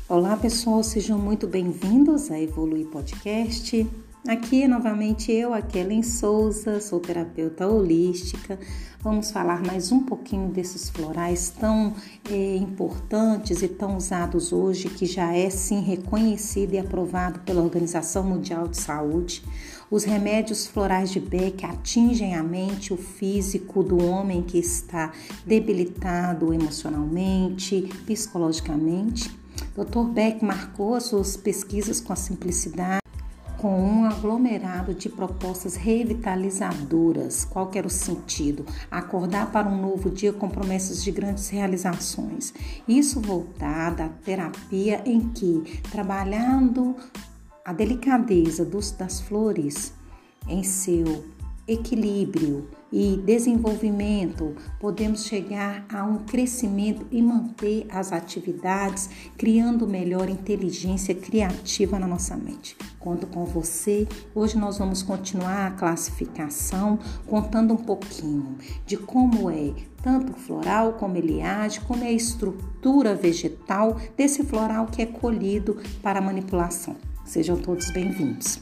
Olá pessoal, sejam muito bem-vindos a Evoluir Podcast. Aqui novamente eu, Kellen Souza, sou terapeuta holística. Vamos falar mais um pouquinho desses florais tão importantes e tão usados hoje, que já é sim reconhecido e aprovado pela Organização Mundial de Saúde. Os remédios florais de Beck atingem a mente, o físico do homem que está debilitado emocionalmente, psicologicamente. Dr. Beck marcou as suas pesquisas com a simplicidade, com um aglomerado de propostas revitalizadoras. Qual que era o sentido? Acordar para um novo dia com promessas de grandes realizações. Isso voltado à terapia em que, trabalhando a delicadeza das flores em seu equilíbrio e desenvolvimento, podemos chegar a um crescimento e manter as atividades, criando melhor inteligência criativa na nossa mente. Conto com você. Hoje nós vamos continuar a classificação, contando um pouquinho de como é tanto o floral, como ele age, como é a estrutura vegetal desse floral que é colhido para manipulação. Sejam todos bem-vindos.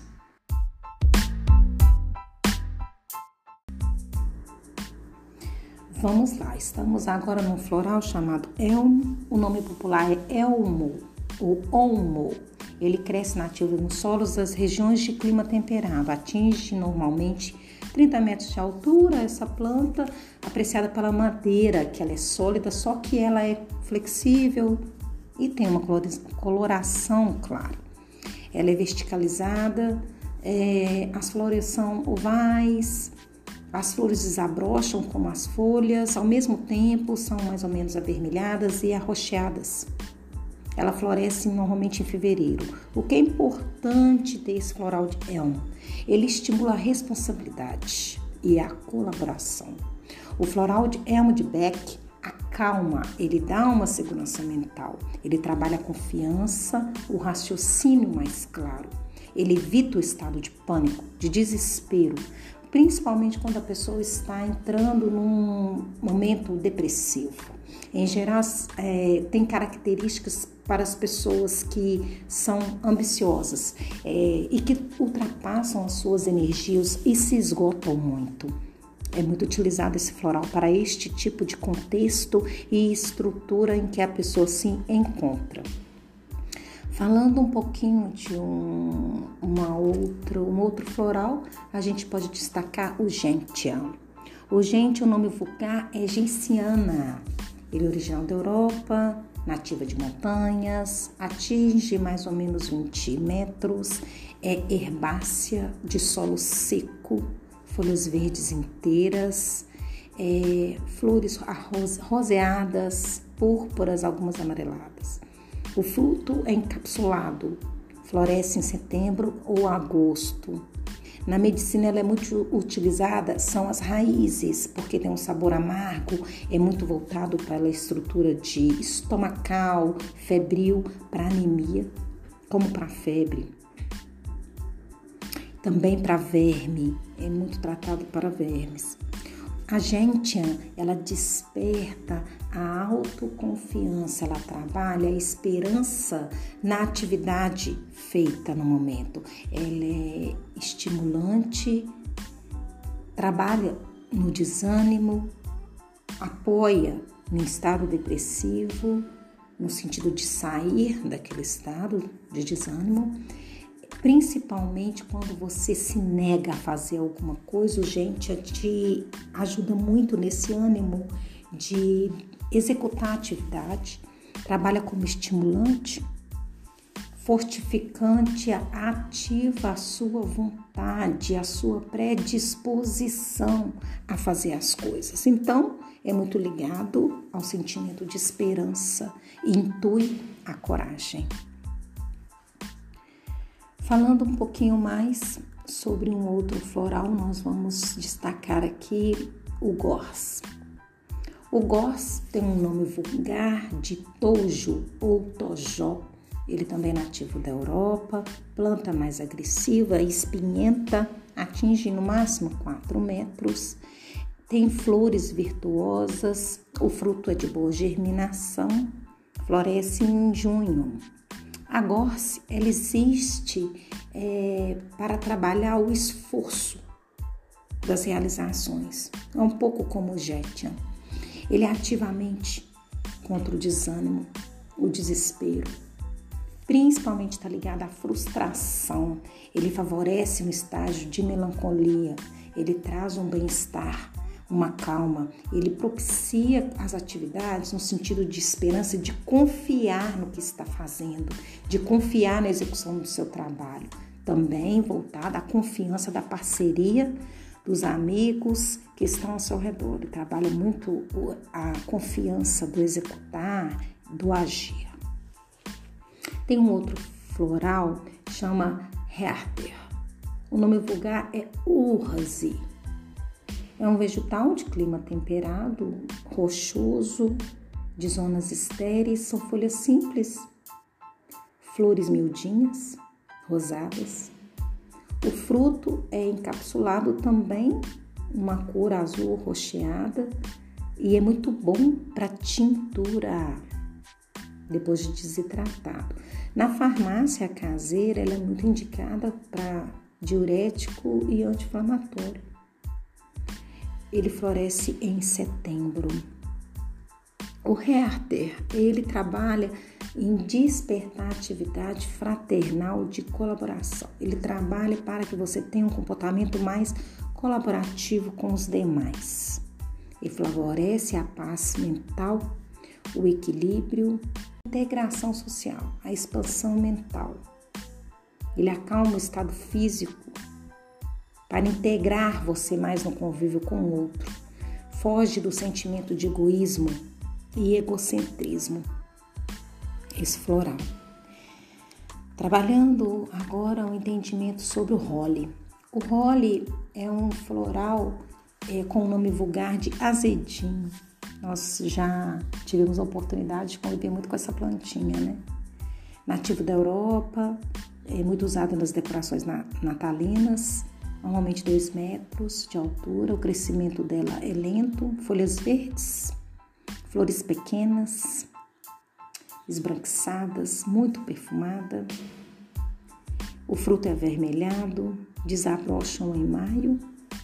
Vamos lá, estamos agora num floral chamado elmo. O nome popular é elmo ou olmo. Ele cresce nativo nos solos das regiões de clima temperado. Atinge normalmente 30 metros de altura. Essa planta, apreciada pela madeira, que ela é sólida, só que ela é flexível e tem uma coloração clara. Ela é verticalizada, as flores são ovais. As flores desabrocham como as folhas, ao mesmo tempo são mais ou menos avermelhadas e arroxeadas. Ela floresce normalmente em fevereiro. O que é importante desse floral de elmo? Ele estimula a responsabilidade e a colaboração. O floral de elmo de Beck acalma, ele dá uma segurança mental. Ele trabalha a confiança, o raciocínio mais claro. Ele evita o estado de pânico, de desespero, principalmente quando a pessoa está entrando num momento depressivo. Em geral, tem características para as pessoas que são ambiciosas e que ultrapassam as suas energias e se esgotam muito. É muito utilizado esse floral para este tipo de contexto e estrutura em que a pessoa se encontra. Falando um pouquinho de um outro floral, a gente pode destacar o gentian. O gentian, o nome vulgar é gentiana. Ele é original da Europa, nativa de montanhas, atinge mais ou menos 20 metros, é herbácea de solo seco, folhas verdes inteiras, flores roseadas, púrpuras, algumas amareladas. O fruto é encapsulado, floresce em setembro ou agosto. Na medicina ela é muito utilizada, são as raízes, porque tem um sabor amargo, é muito voltado para a estrutura de estomacal, febril, para anemia, como para febre. Também para verme, é muito tratado para vermes. A gentian, ela desperta a autoconfiança, ela trabalha a esperança na atividade feita no momento. Ela é estimulante, trabalha no desânimo, apoia no estado depressivo, no sentido de sair daquele estado de desânimo. Principalmente quando você se nega a fazer alguma coisa, o gentian te ajuda muito nesse ânimo de executar a atividade, trabalha como estimulante, fortificante, ativa a sua vontade, a sua predisposição a fazer as coisas. Então, é muito ligado ao sentimento de esperança e intui a coragem. Falando um pouquinho mais sobre um outro floral, nós vamos destacar aqui o gorse. O gorse tem um nome vulgar de tojo ou tojó. Ele também é nativo da Europa, planta mais agressiva, espinhenta, atinge no máximo 4 metros. Tem flores virtuosas, o fruto é de boa germinação, floresce em junho. A Gorse, ela existe para trabalhar o esforço das realizações. É um pouco como o Gentian. Ele é ativamente contra o desânimo, o desespero. Principalmente está ligado à frustração. Ele favorece um estágio de melancolia. Ele traz um bem-estar, uma calma. Ele propicia as atividades no sentido de esperança, de confiar no que está fazendo, de confiar na execução do seu trabalho. Também voltada à confiança da parceria dos amigos que estão ao seu redor. Ele trabalha muito a confiança do executar, do agir. Tem um outro floral, chama Herter. O nome vulgar é Urze. É um vegetal de clima temperado, rochoso, de zonas estéreis, são folhas simples, flores miudinhas, rosadas. O fruto é encapsulado também, uma cor azul rocheada, e é muito bom para tintura, depois de desidratado. Na farmácia caseira, ela é muito indicada para diurético e anti-inflamatório. Ele floresce em setembro. O Herter, ele trabalha em despertar atividade fraternal de colaboração. Ele trabalha para que você tenha um comportamento mais colaborativo com os demais. Ele favorece a paz mental, o equilíbrio, a integração social, a expansão mental. Ele acalma o estado físico para integrar você mais no convívio com o outro. Foge do sentimento de egoísmo e egocentrismo. Esse floral. Trabalhando agora o entendimento sobre o Holly. O Holly é um floral com o nome vulgar de azedim. Nós já tivemos a oportunidade de conviver muito com essa plantinha, né? Nativo da Europa, é muito usado nas decorações natalinas, normalmente 2 metros de altura. O crescimento dela é lento, folhas verdes, flores pequenas, esbranquiçadas, muito perfumada. O fruto é avermelhado, desabrocham em maio.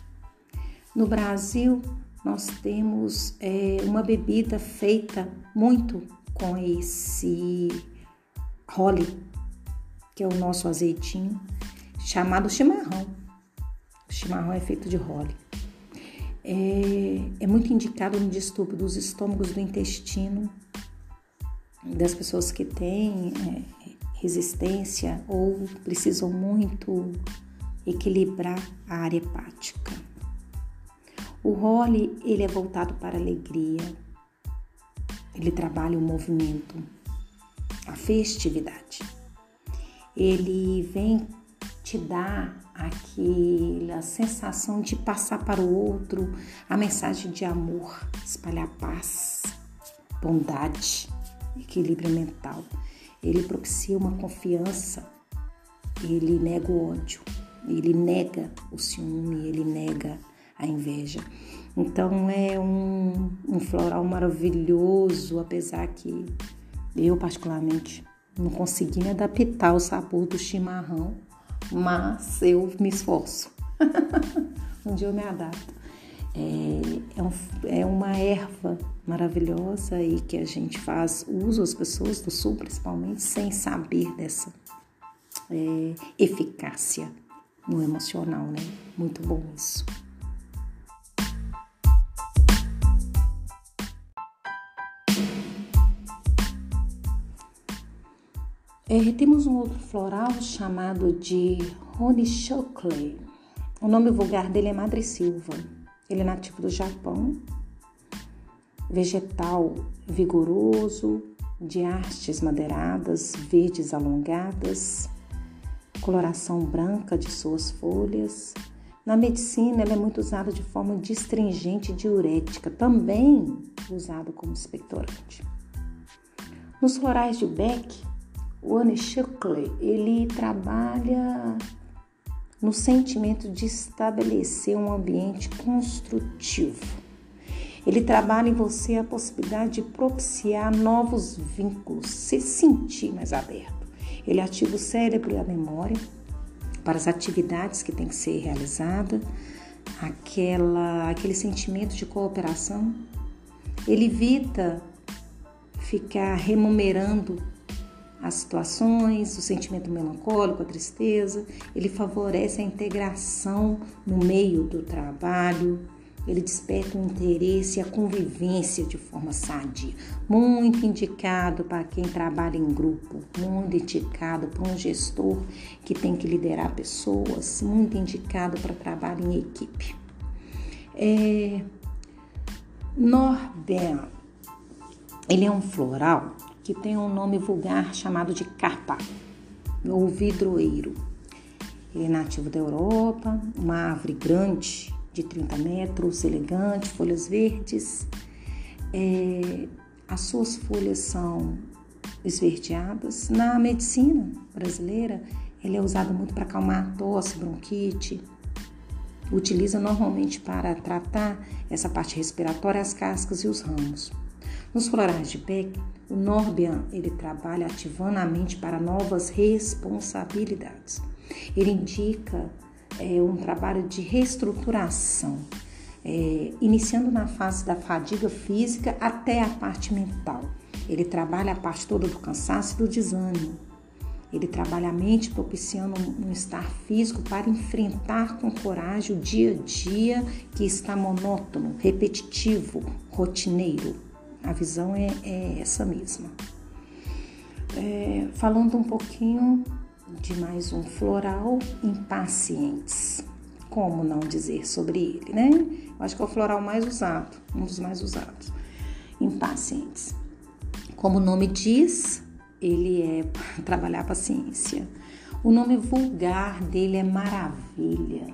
No Brasil, nós temos uma bebida feita muito com esse Holly, que é o nosso azeitinho, chamado chimarrão. O chimarrão é feito de Holly. É muito indicado no distúrbio dos estômagos, do intestino, das pessoas que têm resistência ou precisam muito equilibrar a área hepática. O Holly, ele é voltado para a alegria, ele trabalha o movimento, a festividade. Ele vem te dar aquela sensação de passar para o outro a mensagem de amor, espalhar paz, bondade, equilíbrio mental. Ele propicia uma confiança, ele nega o ódio, ele nega o ciúme, ele nega a inveja. Então é um floral maravilhoso, apesar que eu particularmente não consegui me adaptar ao sabor do chimarrão, mas eu me esforço. Um dia eu me adapto. É uma erva maravilhosa e que a gente faz uso, as pessoas do sul principalmente, sem saber dessa eficácia no emocional, né? Muito bom isso. Temos um outro floral chamado de Honeysuckle. O nome vulgar dele é madressilva. Ele é nativo do Japão. Vegetal vigoroso, de hastes madeiradas, verdes alongadas, coloração branca de suas folhas. Na medicina, ela é muito usada de forma astringente e diurética, também usado como expectorante. Nos florais de Beck, o Honeysuckle, ele trabalha no sentimento de estabelecer um ambiente construtivo. Ele trabalha em você a possibilidade de propiciar novos vínculos, se sentir mais aberto. Ele ativa o cérebro e a memória para as atividades que tem que ser realizada, aquele sentimento de cooperação. Ele evita ficar remunerando as situações, o sentimento melancólico, a tristeza. Ele favorece a integração no meio do trabalho. Ele desperta o interesse e a convivência de forma sadia. Muito indicado para quem trabalha em grupo, muito indicado para um gestor que tem que liderar pessoas, muito indicado para trabalho em equipe. Norberm, ele é um floral que tem um nome vulgar chamado de carpa, ou vidroeiro. Ele é nativo da Europa, uma árvore grande, de 30 metros, elegante, folhas verdes. As suas folhas são esverdeadas. Na medicina brasileira, ele é usado muito para acalmar a tosse, bronquite. Utiliza normalmente para tratar essa parte respiratória, as cascas e os ramos. Nos florais de Beck, o Norberm, ele trabalha ativando a mente para novas responsabilidades. Ele indica um trabalho de reestruturação, iniciando na fase da fadiga física até a parte mental. Ele trabalha a parte toda do cansaço e do desânimo. Ele trabalha a mente propiciando um estar físico para enfrentar com coragem o dia a dia que está monótono, repetitivo, rotineiro. A visão é essa mesma. Falando um pouquinho de mais um floral, impacientes. Como não dizer sobre ele, né? Eu acho que é o floral mais usado, um dos mais usados. Impacientes. Como o nome diz, ele é trabalhar a paciência. O nome vulgar dele é maravilha.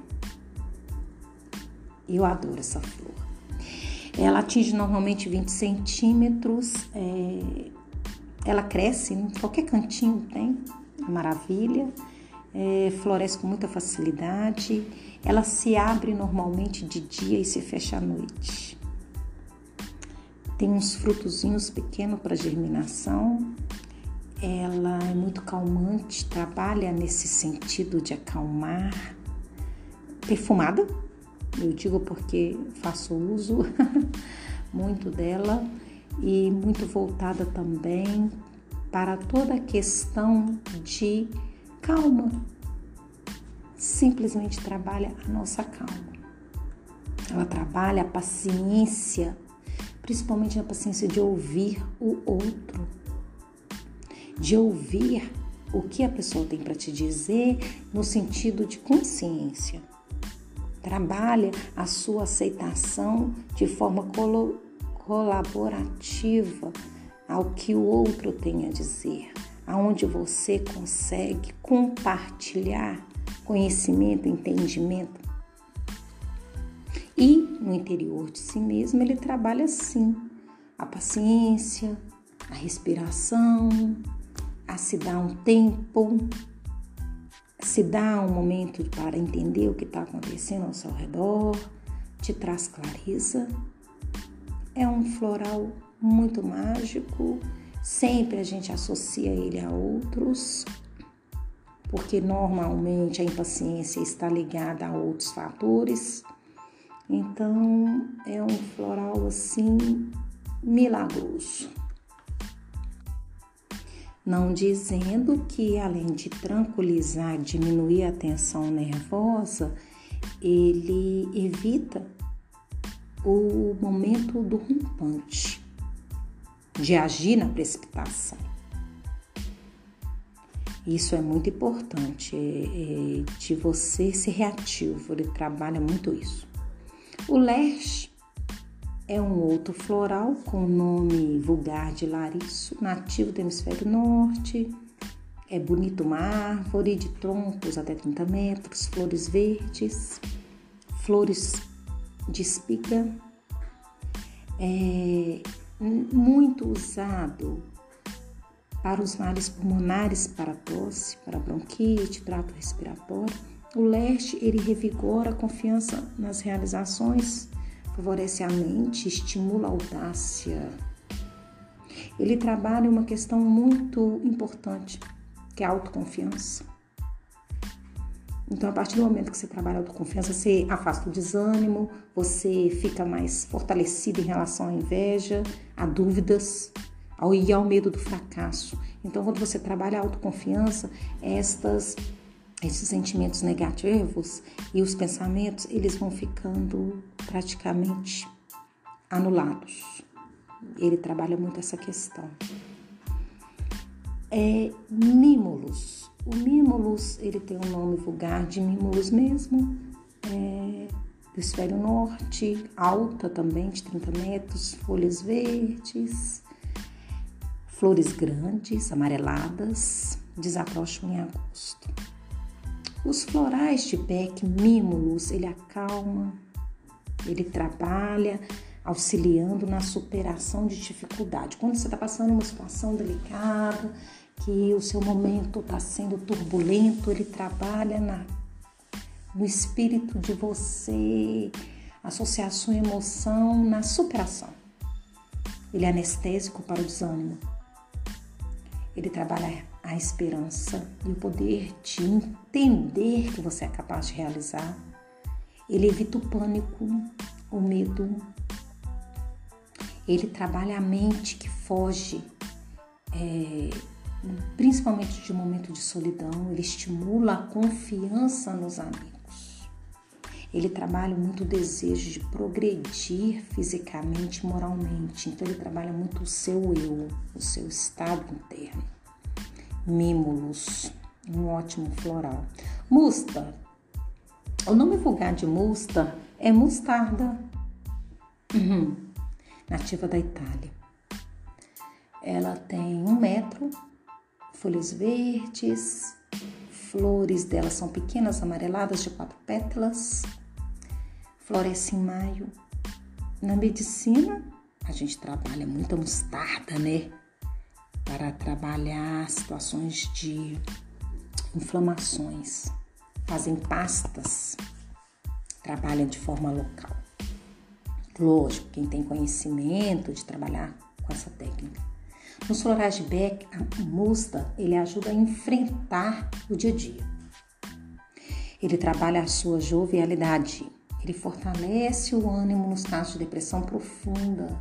Eu adoro essa flor. Ela atinge normalmente 20 centímetros. Ela cresce em qualquer cantinho, tem. Maravilha. Floresce com muita facilidade. Ela se abre normalmente de dia e se fecha à noite. Tem uns frutozinhos pequenos para germinação. Ela é muito calmante, trabalha nesse sentido de acalmar. Perfumada, eu digo porque faço uso muito dela e muito voltada também para toda a questão de calma. Simplesmente trabalha a nossa calma. Ela trabalha a paciência, principalmente a paciência de ouvir o outro, de ouvir o que a pessoa tem para te dizer no sentido de consciência. Trabalha a sua aceitação de forma colaborativa ao que o outro tem a dizer, aonde você consegue compartilhar conhecimento, entendimento. E no interior de si mesmo ele trabalha assim, a paciência, a respiração, a se dar um tempo, se dar um momento para entender o que está acontecendo ao seu redor, te traz clareza. É um floral muito mágico, sempre a gente associa ele a outros, porque normalmente a impaciência está ligada a outros fatores. Então, é um floral assim milagroso. Não dizendo que além de tranquilizar, diminuir a tensão nervosa, ele evita o momento do rompante, de agir na precipitação. Isso é muito importante, de você ser reativo, ele trabalha muito isso. O lerche é um outro floral com o nome vulgar de lariço, nativo do hemisfério norte. É bonito uma árvore de troncos até 30 metros, flores verdes, flores de espiga. É muito usado para os males pulmonares, para tosse, para bronquite, trato respiratório. O lerche, ele revigora a confiança nas realizações, favorece a mente, estimula a audácia. Ele trabalha uma questão muito importante, que é a autoconfiança. Então, a partir do momento que você trabalha a autoconfiança, você afasta o desânimo, você fica mais fortalecido em relação à inveja, a dúvidas e ao medo do fracasso. Então, quando você trabalha a autoconfiança, esses sentimentos negativos e os pensamentos, eles vão ficando praticamente anulados. Ele trabalha muito essa questão. Mímulos. O mímulos, ele tem um nome vulgar de mímulos mesmo, do hemisfério norte, alta também, de 30 metros, folhas verdes, flores grandes, amareladas, desabrocham em agosto. Os florais de Beck, mímulos, ele acalma, ele trabalha auxiliando na superação de dificuldade. Quando você está passando uma situação delicada, que o seu momento está sendo turbulento, ele trabalha no espírito de você associar a sua emoção na superação. Ele é anestésico para o desânimo. Ele trabalha a esperança e o poder de entender que você é capaz de realizar. Ele evita o pânico, o medo. Ele trabalha a mente que foge, principalmente de um momento de solidão. Ele estimula a confiança nos amigos. Ele trabalha muito o desejo de progredir fisicamente e moralmente. Então, ele trabalha muito o seu eu, o seu estado interno. Mímulos, um ótimo floral. Mustard. O nome vulgar de mustard é mostarda, nativa da Itália. Ela tem 1 metro, folhas verdes, flores dela são pequenas, amareladas, de 4 pétalas, floresce em maio. Na medicina, a gente trabalha muito a mostarda, né? Para trabalhar situações de inflamações. Fazem pastas, trabalham de forma local. Lógico, quem tem conhecimento de trabalhar com essa técnica. Nos florais de Beck, a mostarda, ele ajuda a enfrentar o dia a dia. Ele trabalha a sua jovialidade. Ele fortalece o ânimo nos casos de depressão profunda.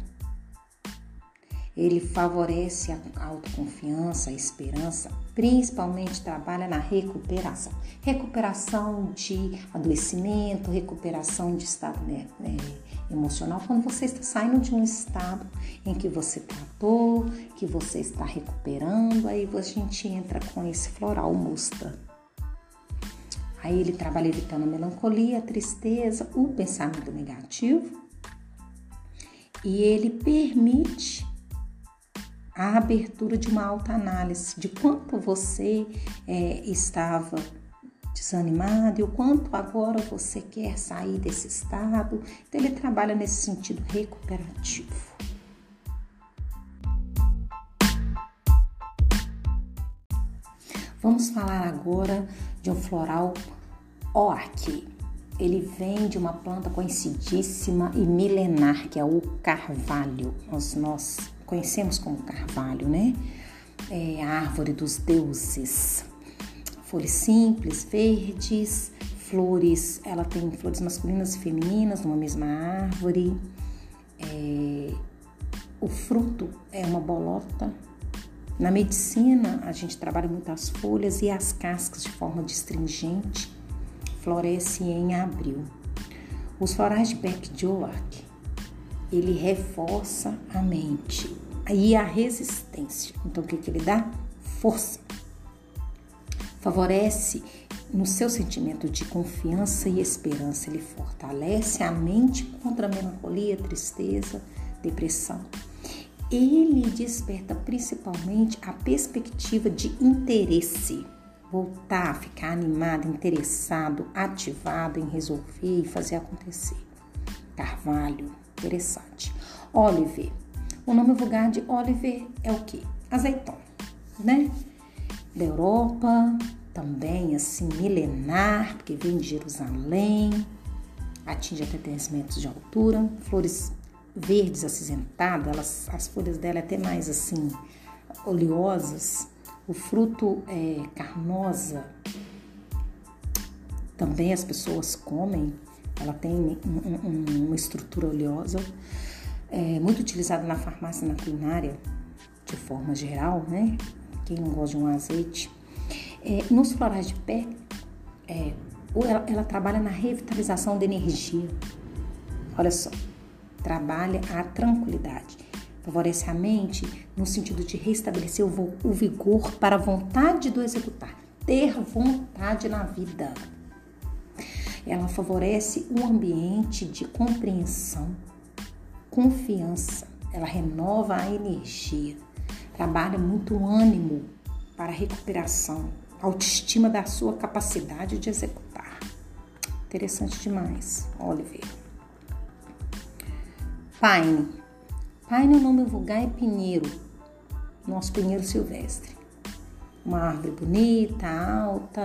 Ele favorece a autoconfiança, a esperança, principalmente trabalha na recuperação. Recuperação de adoecimento, recuperação de estado emocional. Quando você está saindo de um estado em que você tratou, que você está recuperando, aí a gente entra com esse floral mostarda. Aí ele trabalha evitando a melancolia, a tristeza, o pensamento negativo. E ele permite a abertura de uma autoanálise de quanto você estava desanimado e o quanto agora você quer sair desse estado. Então, ele trabalha nesse sentido recuperativo. Vamos falar agora de um floral orque. Ele vem de uma planta conhecidíssima e milenar, que é o carvalho. Nós conhecemos como carvalho, né? É a árvore dos deuses. Folhas simples, verdes, flores. Ela tem flores masculinas e femininas numa mesma árvore. O fruto é uma bolota. Na medicina, a gente trabalha muito as folhas e as cascas de forma astringente. Floresce em abril. Os florais de Beck Joark, ele reforça a mente e a resistência. Então, o que ele dá? Força. Favorece no seu sentimento de confiança e esperança. Ele fortalece a mente contra a melancolia, tristeza, depressão. Ele desperta principalmente a perspectiva de interesse. Voltar a ficar animado, interessado, ativado em resolver e fazer acontecer. Carvalho, interessante. Oliver. O nome vulgar de Oliver é o quê? Azeitona, né? Da Europa, também assim milenar, porque vem de Jerusalém, atinge até 10 metros de altura, flores verdes acinzentadas, as folhas dela até mais assim oleosas, O fruto carnosa, também as pessoas comem, ela tem uma estrutura oleosa, muito utilizada na farmácia e na culinária, de forma geral, né? Quem não gosta de um azeite. Nos florais de Beck, ela trabalha na revitalização da energia. Olha só, trabalha a tranquilidade. Favorece a mente no sentido de restabelecer o vigor para a vontade do executar. Ter vontade na vida. Ela favorece um ambiente de compreensão, confiança. Ela renova a energia. Trabalha muito o ânimo para a recuperação, autoestima da sua capacidade de executar. Interessante demais, Oliver. Pine. Pine, o nome vulgar é pinheiro, nosso pinheiro silvestre. Uma árvore bonita, alta,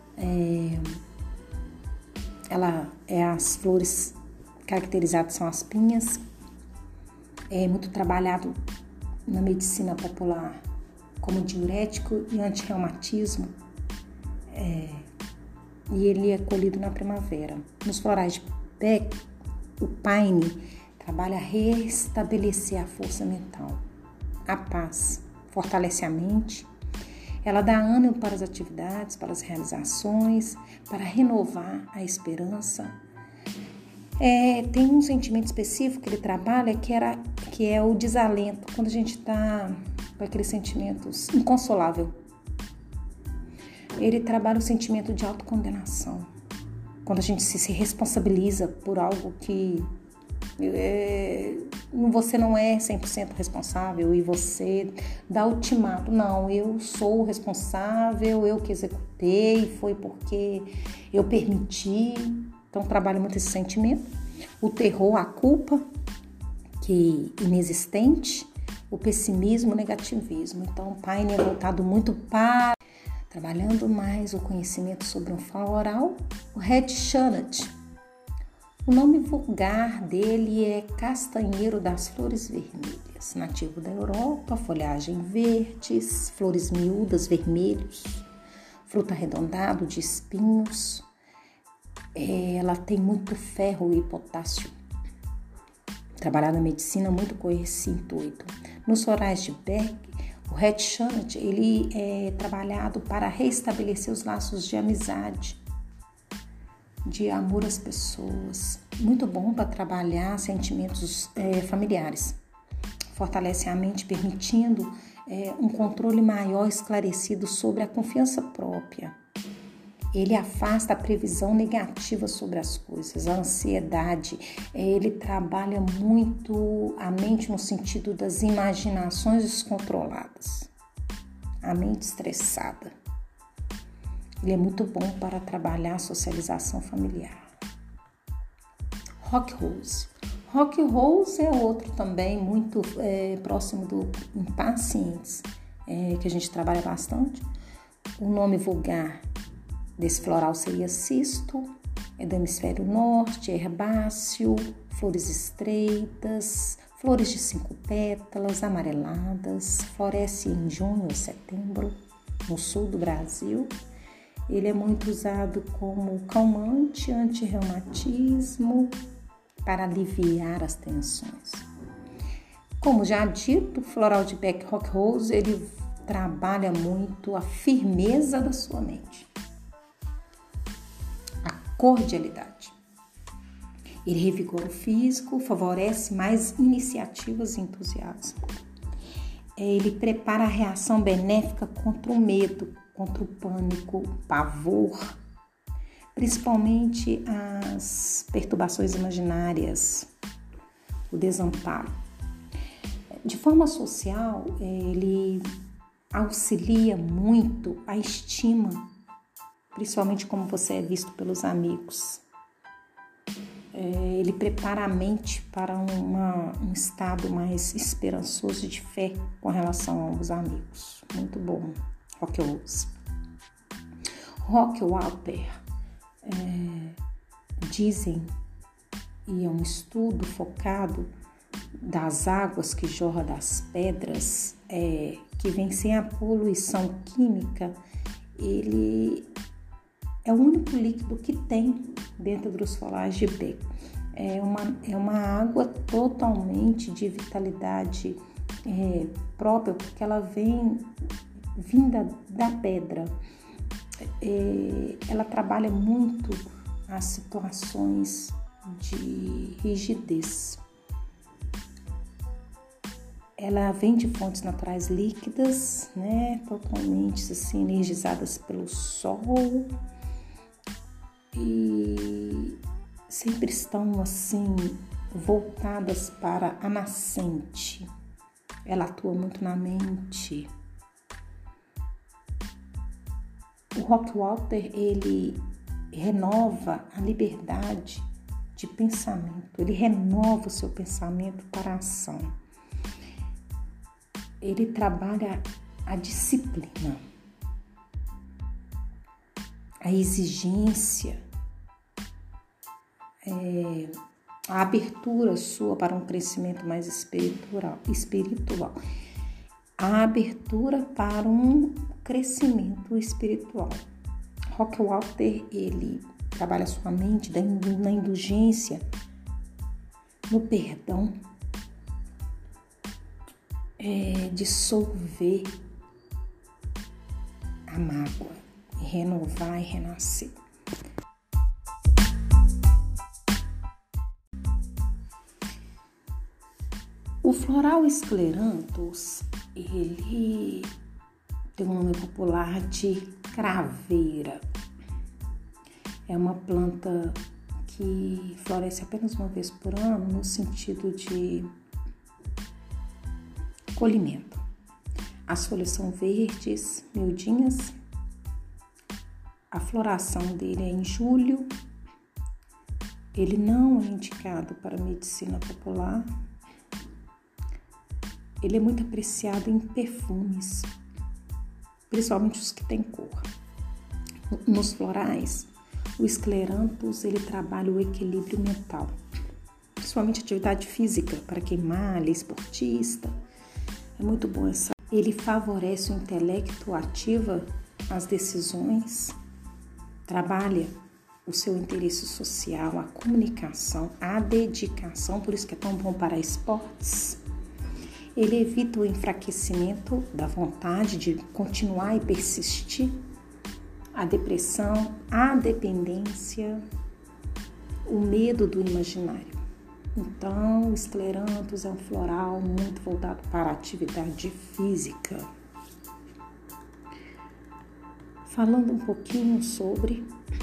as flores caracterizadas são as pinhas. É muito trabalhado na medicina popular como diurético e antirreumatismo, e ele é colhido na primavera. Nos florais de Beck, o Pine trabalha a restabelecer a força mental, a paz, fortalece a mente. Ela dá ânimo para as atividades, para as realizações, para renovar a esperança. Tem um sentimento específico que ele trabalha que é o desalento, quando a gente está com aqueles sentimentos inconsolável. Ele trabalha o sentimento de autocondenação, quando a gente se responsabiliza por algo que você não é 100% responsável e você dá ultimato. Não, eu sou o responsável, eu que executei, foi porque eu permiti. Então, trabalha muito esse sentimento. O terror, a culpa, que é inexistente, o pessimismo, o negativismo. Então, o Pine é voltado muito para trabalhando mais o conhecimento sobre um floral. O Red Shallot. O nome vulgar dele é castanheiro das flores vermelhas, nativo da Europa, folhagem verdes, flores miúdas, vermelhos, fruto arredondado de espinhos. Ela tem muito ferro e potássio. Trabalhar na medicina muito com esse intuito. Nos florais de Beck, o Red Shallot, ele é trabalhado para restabelecer os laços de amizade, de amor às pessoas. Muito bom para trabalhar sentimentos familiares. Fortalece a mente, permitindo um controle maior esclarecido sobre a confiança própria. Ele afasta a previsão negativa sobre as coisas, a ansiedade. Ele trabalha muito a mente no sentido das imaginações descontroladas, a mente estressada. Ele é muito bom para trabalhar a socialização familiar. Rock Rose. Rock Rose é outro também muito próximo do impacientes, que a gente trabalha bastante. O nome vulgar desse floral seria cisto, é do hemisfério norte, é herbáceo, flores estreitas, flores de 5 pétalas, amareladas, floresce em junho ou setembro, no sul do Brasil. Ele é muito usado como calmante, antirreumatismo, para aliviar as tensões. Como já dito, o floral de Beck Rock Rose, ele trabalha muito a firmeza da sua mente, a cordialidade. Ele revigora o físico, favorece mais iniciativas e entusiasmo. Ele prepara a reação benéfica contra o medo, contra o pânico, o pavor, principalmente as perturbações imaginárias, o desamparo. De forma social, ele auxilia muito a estima, principalmente como você é visto pelos amigos. Ele prepara a mente para um estado mais esperançoso e de fé com relação aos amigos. Muito bom. Rock Rose. Rock Water. Dizem, e é um estudo focado das águas que jorram das pedras que vem sem a poluição química, ele é o único líquido que tem dentro dos florais de Beck. É uma água totalmente de vitalidade própria, porque ela vem vinda da pedra. Ela trabalha muito as situações de rigidez. Ela vem de fontes naturais líquidas, né, totalmente assim, energizadas pelo sol, e sempre estão assim voltadas para a nascente. Ela atua muito na mente. O Rockwater, ele renova a liberdade de pensamento, ele renova o seu pensamento para a ação. Ele trabalha a disciplina, a exigência, a abertura sua para um crescimento mais espiritual, a abertura para um crescimento espiritual. Rockwater, ele trabalha a sua mente na indulgência, no perdão, dissolver a mágoa, renovar e renascer. O floral escleranthus, ele tem um nome popular de craveira. É uma planta que floresce apenas uma vez por ano, no sentido de colhimento. As folhas são verdes, miudinhas. A floração dele é em julho. Ele não é indicado para medicina popular. Ele é muito apreciado em perfumes, principalmente os que têm cor. Nos florais, o escleranthus, ele trabalha o equilíbrio mental, principalmente atividade física, para quem malha, esportista. É muito bom essa. Ele favorece o intelecto, ativa as decisões, trabalha o seu interesse social, a comunicação, a dedicação, por isso que é tão bom para esportes. Ele evita o enfraquecimento da vontade de continuar e persistir, a depressão, a dependência, o medo do imaginário. Então, o escleranthus é um floral muito voltado para a atividade física. Falando um pouquinho sobre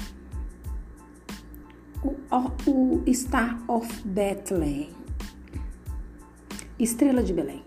o Star of Bethlehem, Estrela de Belém.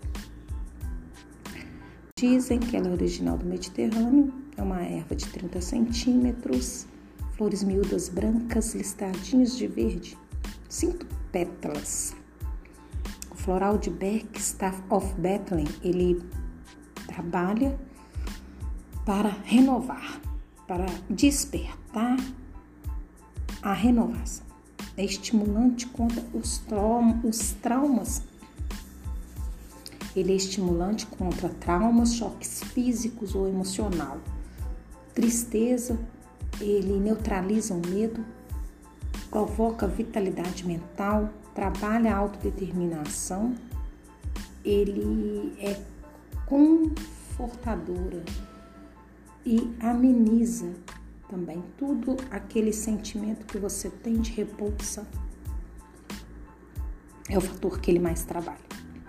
Dizem que ela é original do Mediterrâneo, é uma erva de 30 centímetros, flores miúdas brancas listradinhas de verde, 5 pétalas. O floral de Beck, Star of Bethlehem, ele trabalha para renovar, para despertar a renovação. É estimulante contra os traumas. Ele é estimulante contra traumas, choques físicos ou emocional. Tristeza, ele neutraliza o medo, provoca vitalidade mental, trabalha a autodeterminação, ele é confortadora e ameniza também tudo aquele sentimento que você tem de repulsa. É o fator que ele mais trabalha.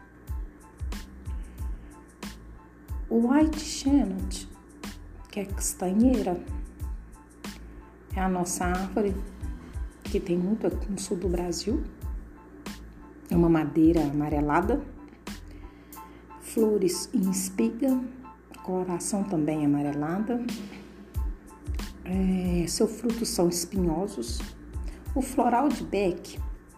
O White Shannot, que é castanheira, é a nossa árvore que tem muito aqui no sul do Brasil. É uma madeira amarelada, flores em espiga, coloração também amarelada. Seus frutos são espinhosos. O floral de Beck,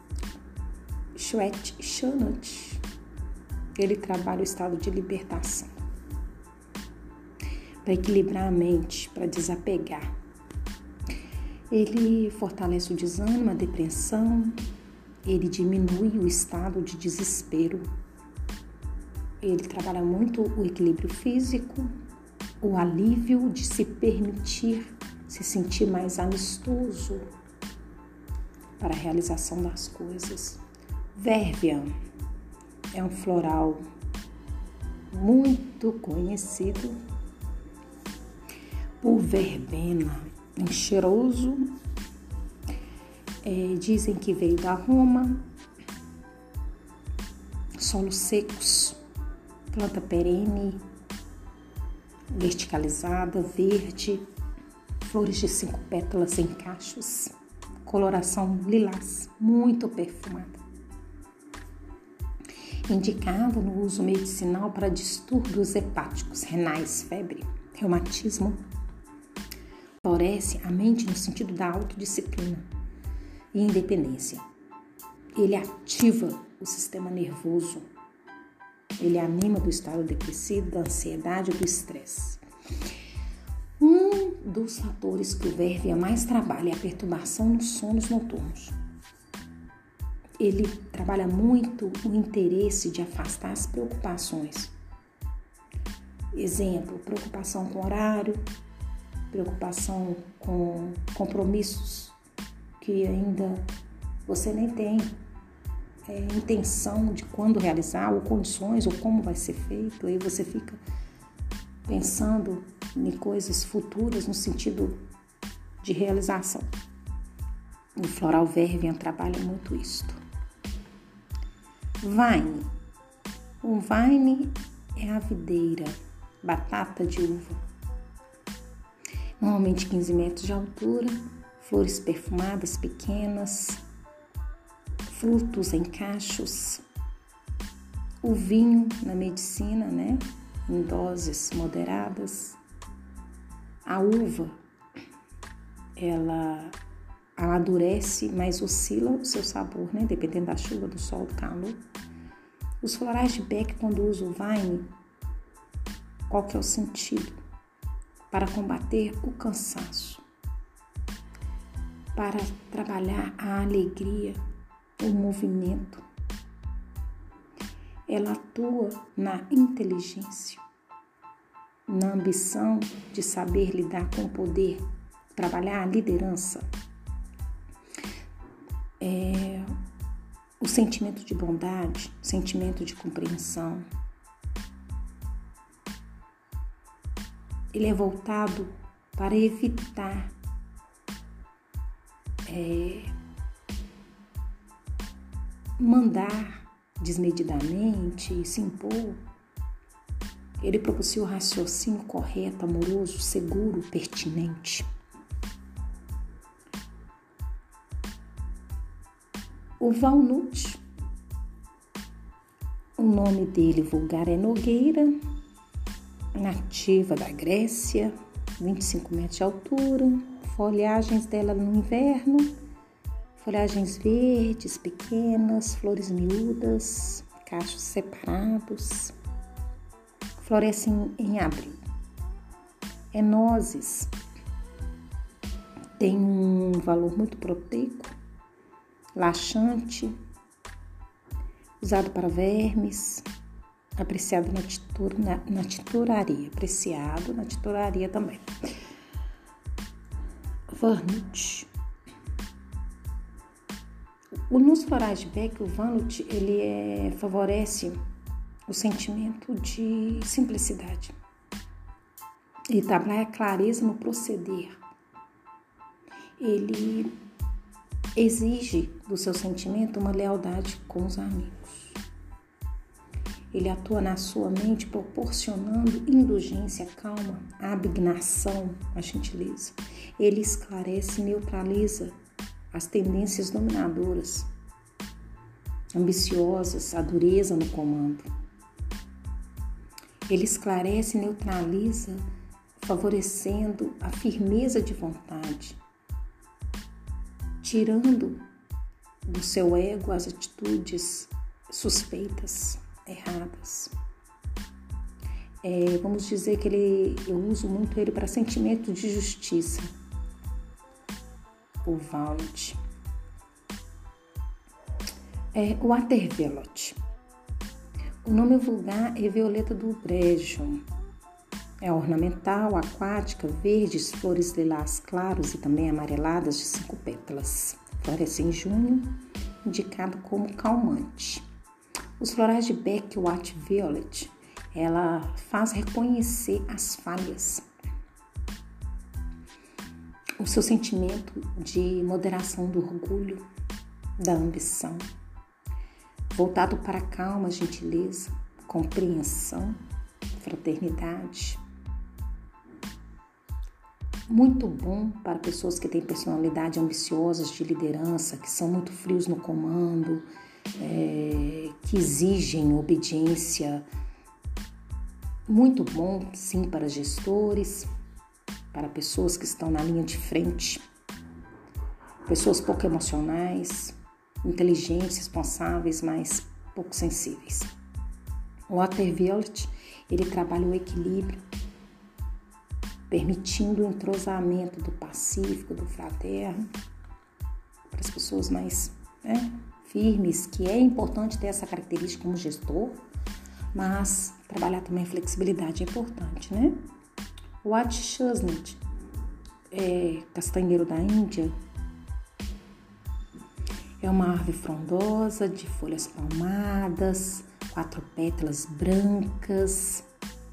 White Shannot, ele trabalha o estado de libertação, para equilibrar a mente, para desapegar. Ele fortalece o desânimo, a depressão, ele diminui o estado de desespero, ele trabalha muito o equilíbrio físico, o alívio de se permitir se sentir mais amistoso para a realização das coisas. Vérvia é um floral muito conhecido por verbena, um cheiroso. Dizem que veio da Roma. Solos secos, planta perene, verticalizada, verde, flores de 5 pétalas em cachos, coloração lilás, muito perfumada. Indicado no uso medicinal para distúrbios hepáticos, renais, febre, reumatismo. Favorece a mente no sentido da autodisciplina e independência. Ele ativa o sistema nervoso. Ele anima do estado depressivo, da ansiedade e do estresse. Um dos fatores que o Vérvia mais trabalha é a perturbação nos sonos noturnos. Ele trabalha muito o interesse de afastar as preocupações. Exemplo, preocupação com horário, preocupação com compromissos que ainda você nem tem intenção de quando realizar, ou condições, ou como vai ser feito. Aí você fica pensando em coisas futuras no sentido de realização. O floral Vérvia trabalha muito isto. Vine. O vine é a videira, batata de uva. Normalmente 15 metros de altura, flores perfumadas pequenas, frutos em cachos, o vinho na medicina, em doses moderadas. A uva, ela amadurece, mas oscila o seu sabor, dependendo da chuva, do sol, do calor. Os florais de Beck, quando usam o vine, qual que é o sentido? Para combater o cansaço, para trabalhar a alegria, o movimento. Ela atua na inteligência, na ambição de saber lidar com o poder, trabalhar a liderança, o sentimento de bondade, o sentimento de compreensão. Ele é voltado para evitar mandar desmedidamente, se impor. Ele propicia o raciocínio correto, amoroso, seguro, pertinente. O walnut, o nome dele vulgar é nogueira, nativa da Grécia, 25 metros de altura, folhagens dela no inverno, folhagens verdes, pequenas, flores miúdas, cachos separados, florescem em abril. Nozes, tem um valor muito proteico, laxante, usado para vermes, apreciado na tinturaria, apreciado na tinturaria também. Walnut. Nos florais de Beck, o walnut, ele favorece o sentimento de simplicidade. Ele trabalha a clareza no proceder. Ele exige do seu sentimento uma lealdade com os amigos. Ele atua na sua mente proporcionando indulgência, calma, abnegação, a gentileza. Ele esclarece e neutraliza as tendências dominadoras, ambiciosas, a dureza no comando. Ele esclarece e neutraliza, favorecendo a firmeza de vontade, tirando do seu ego as atitudes suspeitas, erradas. Vamos dizer que eu uso muito ele para sentimento de justiça. O walnut. O watervelot. O nome vulgar é violeta do brejo. É ornamental, aquática, verdes, flores lilás claros e também amareladas de 5 pétalas. Floresce em junho, indicado como calmante. Os florais de Beck White Violet, ela faz reconhecer as falhas. O seu sentimento de moderação do orgulho, da ambição, voltado para a calma, gentileza, compreensão, fraternidade. Muito bom para pessoas que têm personalidade ambiciosas de liderança, que são muito frios no comando, que exigem obediência. Muito bom, sim, para gestores, para pessoas que estão na linha de frente, pessoas pouco emocionais, inteligentes, responsáveis, mas pouco sensíveis. O Water Violet, ele trabalha o equilíbrio, permitindo o entrosamento do pacífico, do fraterno, para as pessoas mais firmes, que é importante ter essa característica como gestor, mas trabalhar também a flexibilidade é importante, né? O White Chestnut, castanheiro da Índia, é uma árvore frondosa, de folhas palmadas, 4 pétalas brancas,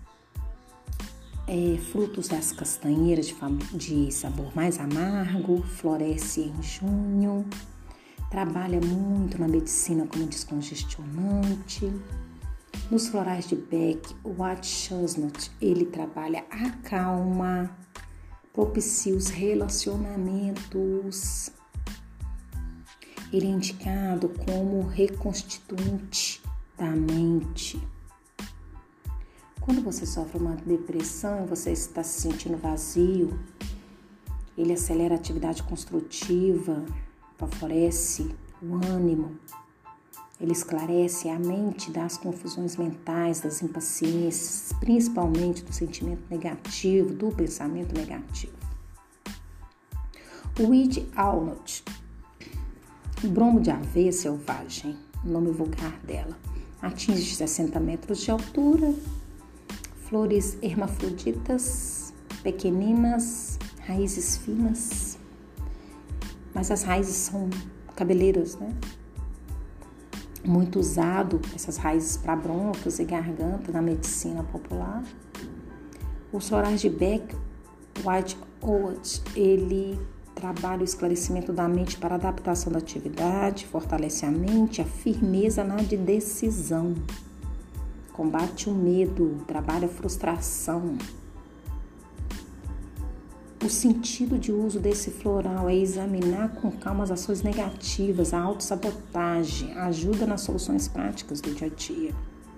frutos das castanheiras de sabor mais amargo, floresce em junho, trabalha muito na medicina como descongestionante. Nos florais de Beck, o White Chestnut, ele trabalha a calma, propicia os relacionamentos. Ele é indicado como reconstituinte da mente. Quando você sofre uma depressão e você está se sentindo vazio, ele acelera a atividade construtiva, favorece o ânimo, ele esclarece a mente das confusões mentais, das impaciências, principalmente do sentimento negativo, do pensamento negativo. O Weed Walnut, bromo de aveia selvagem, o nome vulgar dela, atinge 60 metros de altura, flores hermafroditas, pequeninas, raízes finas, mas as raízes são cabeleiras, né? Muito usado essas raízes para brônquios e garganta na medicina popular. Os florais de Beck White Oat, ele trabalha o esclarecimento da mente para adaptação da atividade, fortalece a mente, a firmeza na decisão, combate o medo, trabalha a frustração. O sentido de uso desse floral é examinar com calma as ações negativas, a autossabotagem, ajuda nas soluções práticas do dia a dia.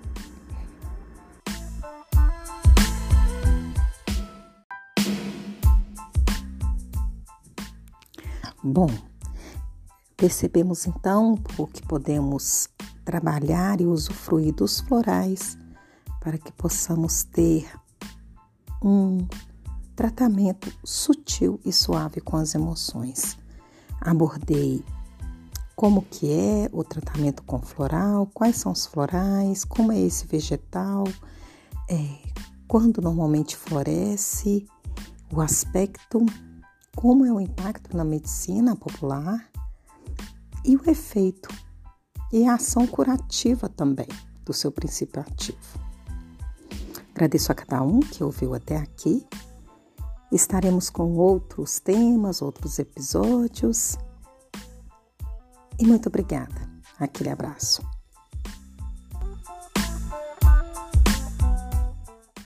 Bom, percebemos então o que podemos trabalhar e usufruir dos florais para que possamos ter um tratamento sutil e suave com as emoções. Abordei como que é o tratamento com floral, quais são os florais, como é esse vegetal, quando normalmente floresce, o aspecto, como é o impacto na medicina popular e o efeito e a ação curativa também do seu princípio ativo. Agradeço a cada um que ouviu até aqui. Estaremos com outros temas, outros episódios. E muito obrigada. Aquele abraço.